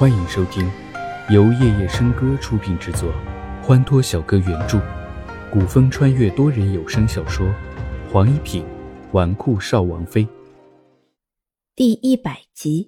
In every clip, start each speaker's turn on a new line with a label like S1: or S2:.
S1: 欢迎收听由夜夜笙歌出品制作，欢脱小哥原著，古风穿越多人有声小说《黄一品纨绔少王妃》
S2: 第100集。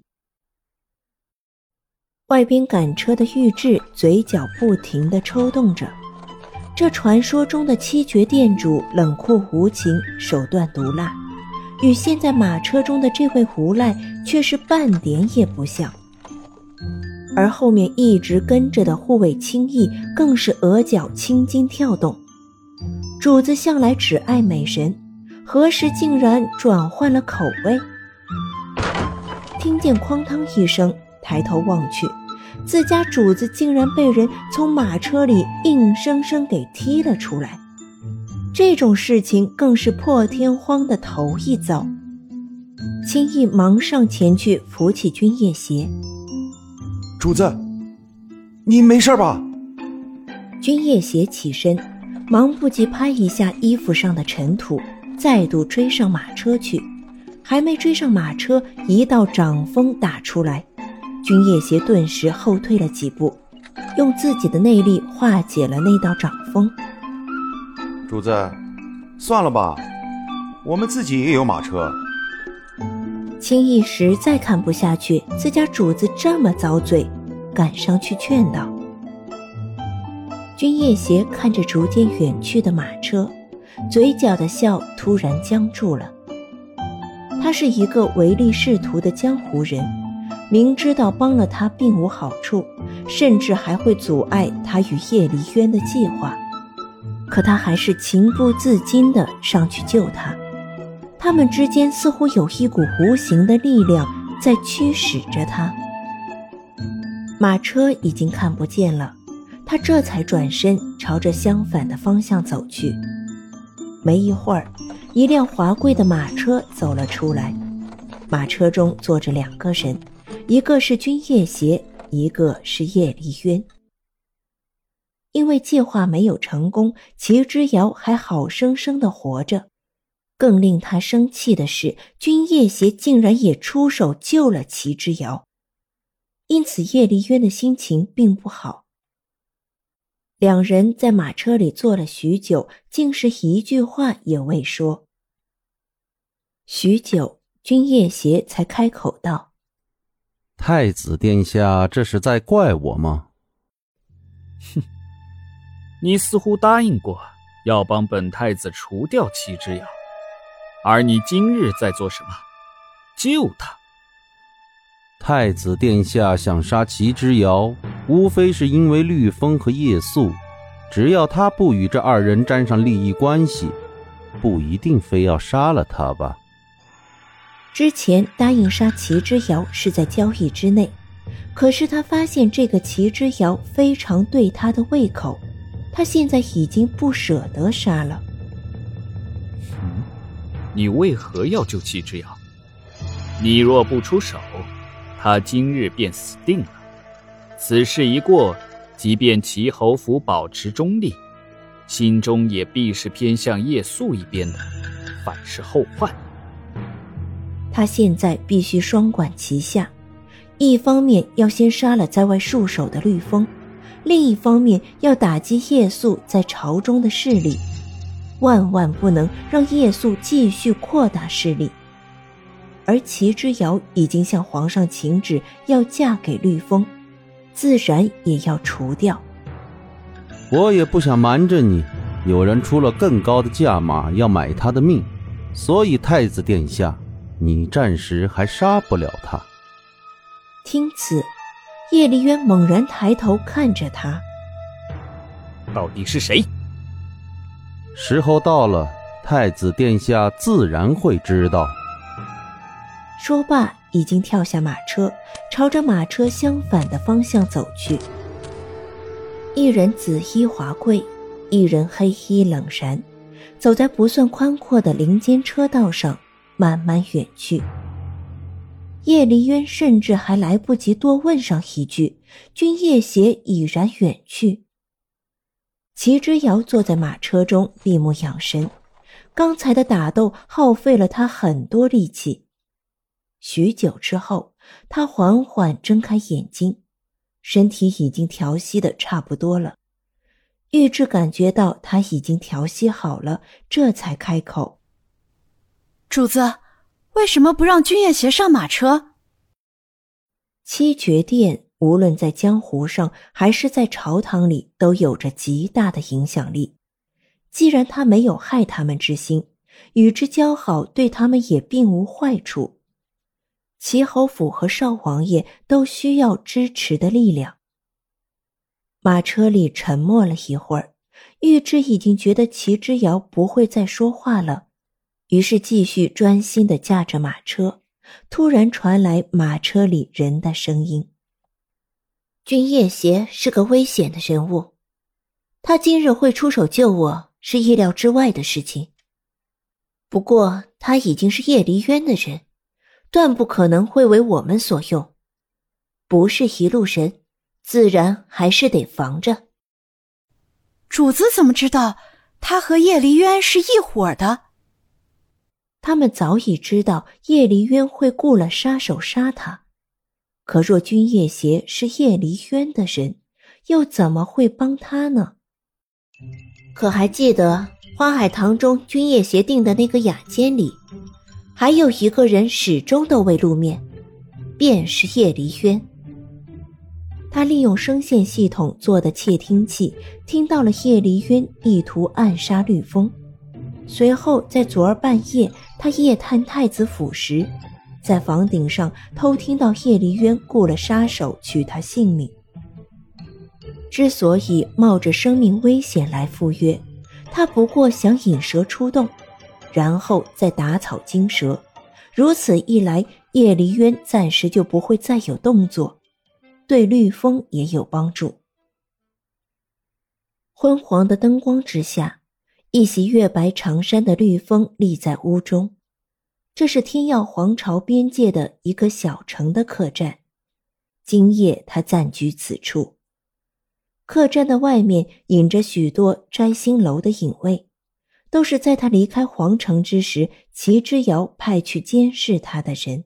S2: 外边赶车的玉质嘴角不停地抽动着，这传说中的七绝店主冷酷无情，手段毒辣，与现在马车中的这位无赖却是半点也不像。而后面一直跟着的护卫轻易更是额角青筋跳动。主子向来只爱美人，何时竟然转换了口味？听见哐当一声，抬头望去，自家主子竟然被人从马车里硬生生给踢了出来。这种事情更是破天荒的头一遭。轻易忙上前去扶起君夜邪。
S3: 主子，你没事吧？
S2: 君夜邪起身，忙不及拍一下衣服上的尘土，再度追上马车去。还没追上马车，一道掌风打出来，君夜邪顿时后退了几步，用自己的内力化解了那道掌风。
S3: 主子，算了吧，我们自己也有马车。
S2: 轻易实在看不下去自家主子这么遭罪，赶上去劝道。君夜邪看着逐渐远去的马车，嘴角的笑突然僵住了。他是一个唯利是图的江湖人，明知道帮了他并无好处，甚至还会阻碍他与叶离渊的计划，可他还是情不自禁地上去救他。他们之间似乎有一股无形的力量在驱使着他。马车已经看不见了，他这才转身朝着相反的方向走去。没一会儿，一辆华贵的马车走了出来，马车中坐着2个人，一个是君夜邪，一个是叶离渊。因为计划没有成功，齐之遥还好生生地活着。更令他生气的是，君夜邪竟然也出手救了齐之遥，因此叶离渊的心情并不好。2人在马车里坐了许久，竟是一句话也未说。许久，君夜邪才开口道：
S4: 太子殿下这是在怪我吗？
S1: 哼，你似乎答应过要帮本太子除掉齐之遥，而你今日在做什么？救他。
S4: 太子殿下想杀齐之遥，无非是因为绿风和夜宿，只要他不与这2人沾上利益关系，不一定非要杀了他吧。
S2: 之前答应杀齐之遥是在交易之内，可是他发现这个齐之遥非常对他的胃口，他现在已经不舍得杀了。
S1: 你为何要救齐之遥？你若不出手，他今日便死定了。此事一过，即便齐侯府保持中立，心中也必是偏向夜宿一边的，反是后患。
S2: 他现在必须双管齐下，一方面要先杀了在外戍守的绿风，另一方面要打击夜宿在朝中的势力，万万不能让夜宿继续扩大势力。而齐之遥已经向皇上请旨要嫁给绿风，自然也要除掉。
S4: 我也不想瞒着你，有人出了更高的价码要买他的命，所以太子殿下，你暂时还杀不了他。
S2: 听此，叶离渊猛然抬头看着他。
S1: 到底是谁？
S4: 时候到了，太子殿下自然会知道。
S2: 说罢，已经跳下马车，朝着马车相反的方向走去。一人紫衣华贵，一人黑衣冷然，走在不算宽阔的林间车道上，慢慢远去。叶离渊甚至还来不及多问上一句，君夜邪已然远去。齐之遥坐在马车中闭目养神，刚才的打斗耗费了他很多力气。许久之后，他缓缓睁开眼睛， 身体已经调息得差不多了。玉芝感觉到他已经调息好了，这才开口：
S5: 主子，为什么不让君夜邪上马车？
S2: 七绝殿无论在江湖上还是在朝堂里都有着极大的影响力。既然他没有害他们之心，与之交好对他们也并无坏处。齐侯府和少王爷都需要支持的力量。马车里沉默了一会儿，玉芝已经觉得齐之遥不会再说话了，于是继续专心地驾着马车。突然传来马车里人的声音：君夜邪是个危险的人物，他今日会出手救我是意料之外的事情。不过他已经是叶离渊的人，断不可能会为我们所用，不是一路人，自然还是得防着。
S5: 主子怎么知道他和叶离渊是一伙的？
S2: 他们早已知道叶离渊会雇了杀手杀他，可若君夜邪是叶离渊的人，又怎么会帮他呢？可还记得花海堂中君夜邪定的那个雅监里，还有一个人始终都未露面，便是叶离渊。他利用声线系统做的窃听器，听到了叶离渊意图暗杀绿风。随后在昨儿半夜，他夜探太子府时，在房顶上偷听到叶离渊雇了杀手取他性命。之所以冒着生命危险来赴约，他不过想引蛇出洞，然后再打草惊蛇。如此一来，叶离渊暂时就不会再有动作，对绿风也有帮助。昏黄的灯光之下，一袭月白长衫的绿风立在屋中。这是天耀皇朝边界的一个小城的客栈，今夜他暂居此处。客栈的外面隐着许多摘星楼的影卫，都是在他离开皇城之时，齐之遥派去监视他的人。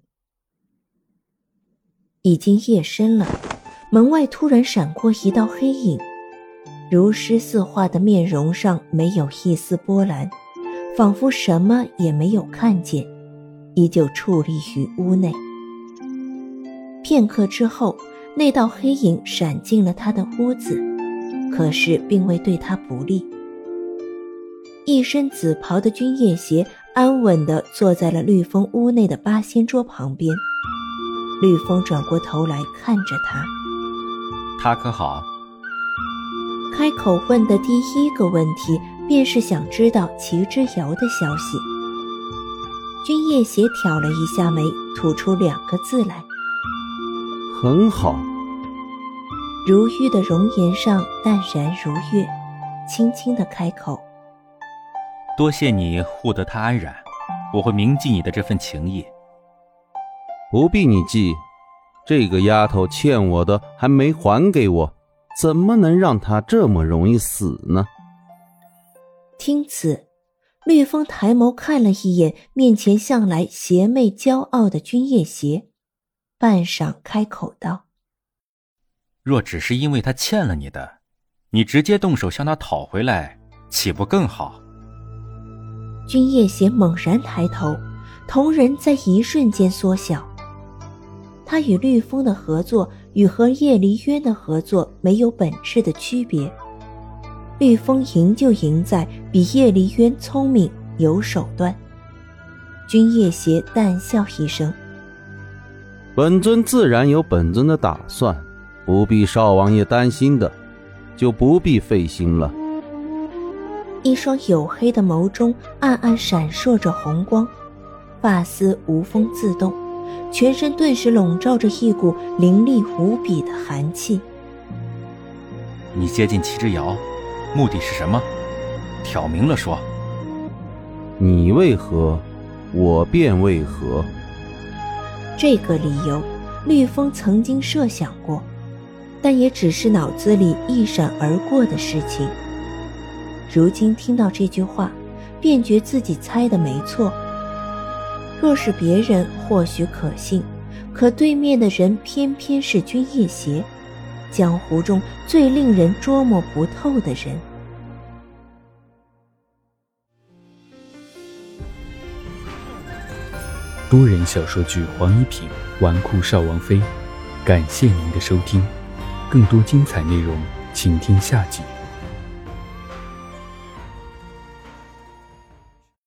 S2: 已经夜深了，门外突然闪过一道黑影，如诗似画的面容上没有一丝波澜，仿佛什么也没有看见，依旧矗立于屋内。片刻之后，那道黑影闪进了他的屋子，可是并未对他不利。一身紫袍的君夜邪安稳地坐在了绿风屋内的八仙桌旁边。绿风转过头来看着他：
S1: 他可好？
S2: 开口问的第一个问题便是想知道齐之遥的消息。君夜邪挑了一下眉，吐出两个字来：
S4: 很好。
S2: 如玉的容颜上淡然如月，轻轻地开口：
S1: 多谢你护得他安然，我会铭记你的这份情谊。
S4: 不必你记，这个丫头欠我的还没还给我，怎么能让她这么容易死呢？
S2: 听此，绿风抬眸看了一眼面前向来邪魅骄傲的君夜邪，半晌开口道：
S1: 若只是因为他欠了你的，你直接动手向他讨回来，岂不更好？
S2: 君夜邪猛然抬头，瞳仁在一瞬间缩小。他与绿风的合作与和叶离渊的合作没有本质的区别，绿风赢就赢在比叶离渊聪明有手段。君夜邪淡笑一声：
S4: 本尊自然有本尊的打算，不必少王爷担心的，就不必费心了。
S2: 一双黝黑的眸中暗暗闪烁着红光，发丝无风自动，全身顿时笼罩着一股凌厉无比的寒气。
S1: 你接近齐之遥，目的是什么？挑明了说。
S4: 你为何，我便为何。
S2: 这个理由，绿风曾经设想过，但也只是脑子里一闪而过的事情。如今听到这句话，便觉自己猜得没错。若是别人或许可信，可对面的人偏偏是君夜邪， 江湖中最令人捉摸不透的人。
S1: 多人小说剧《黄一品纨绔少王妃》，感谢您的收听，更多精彩内容请听下集。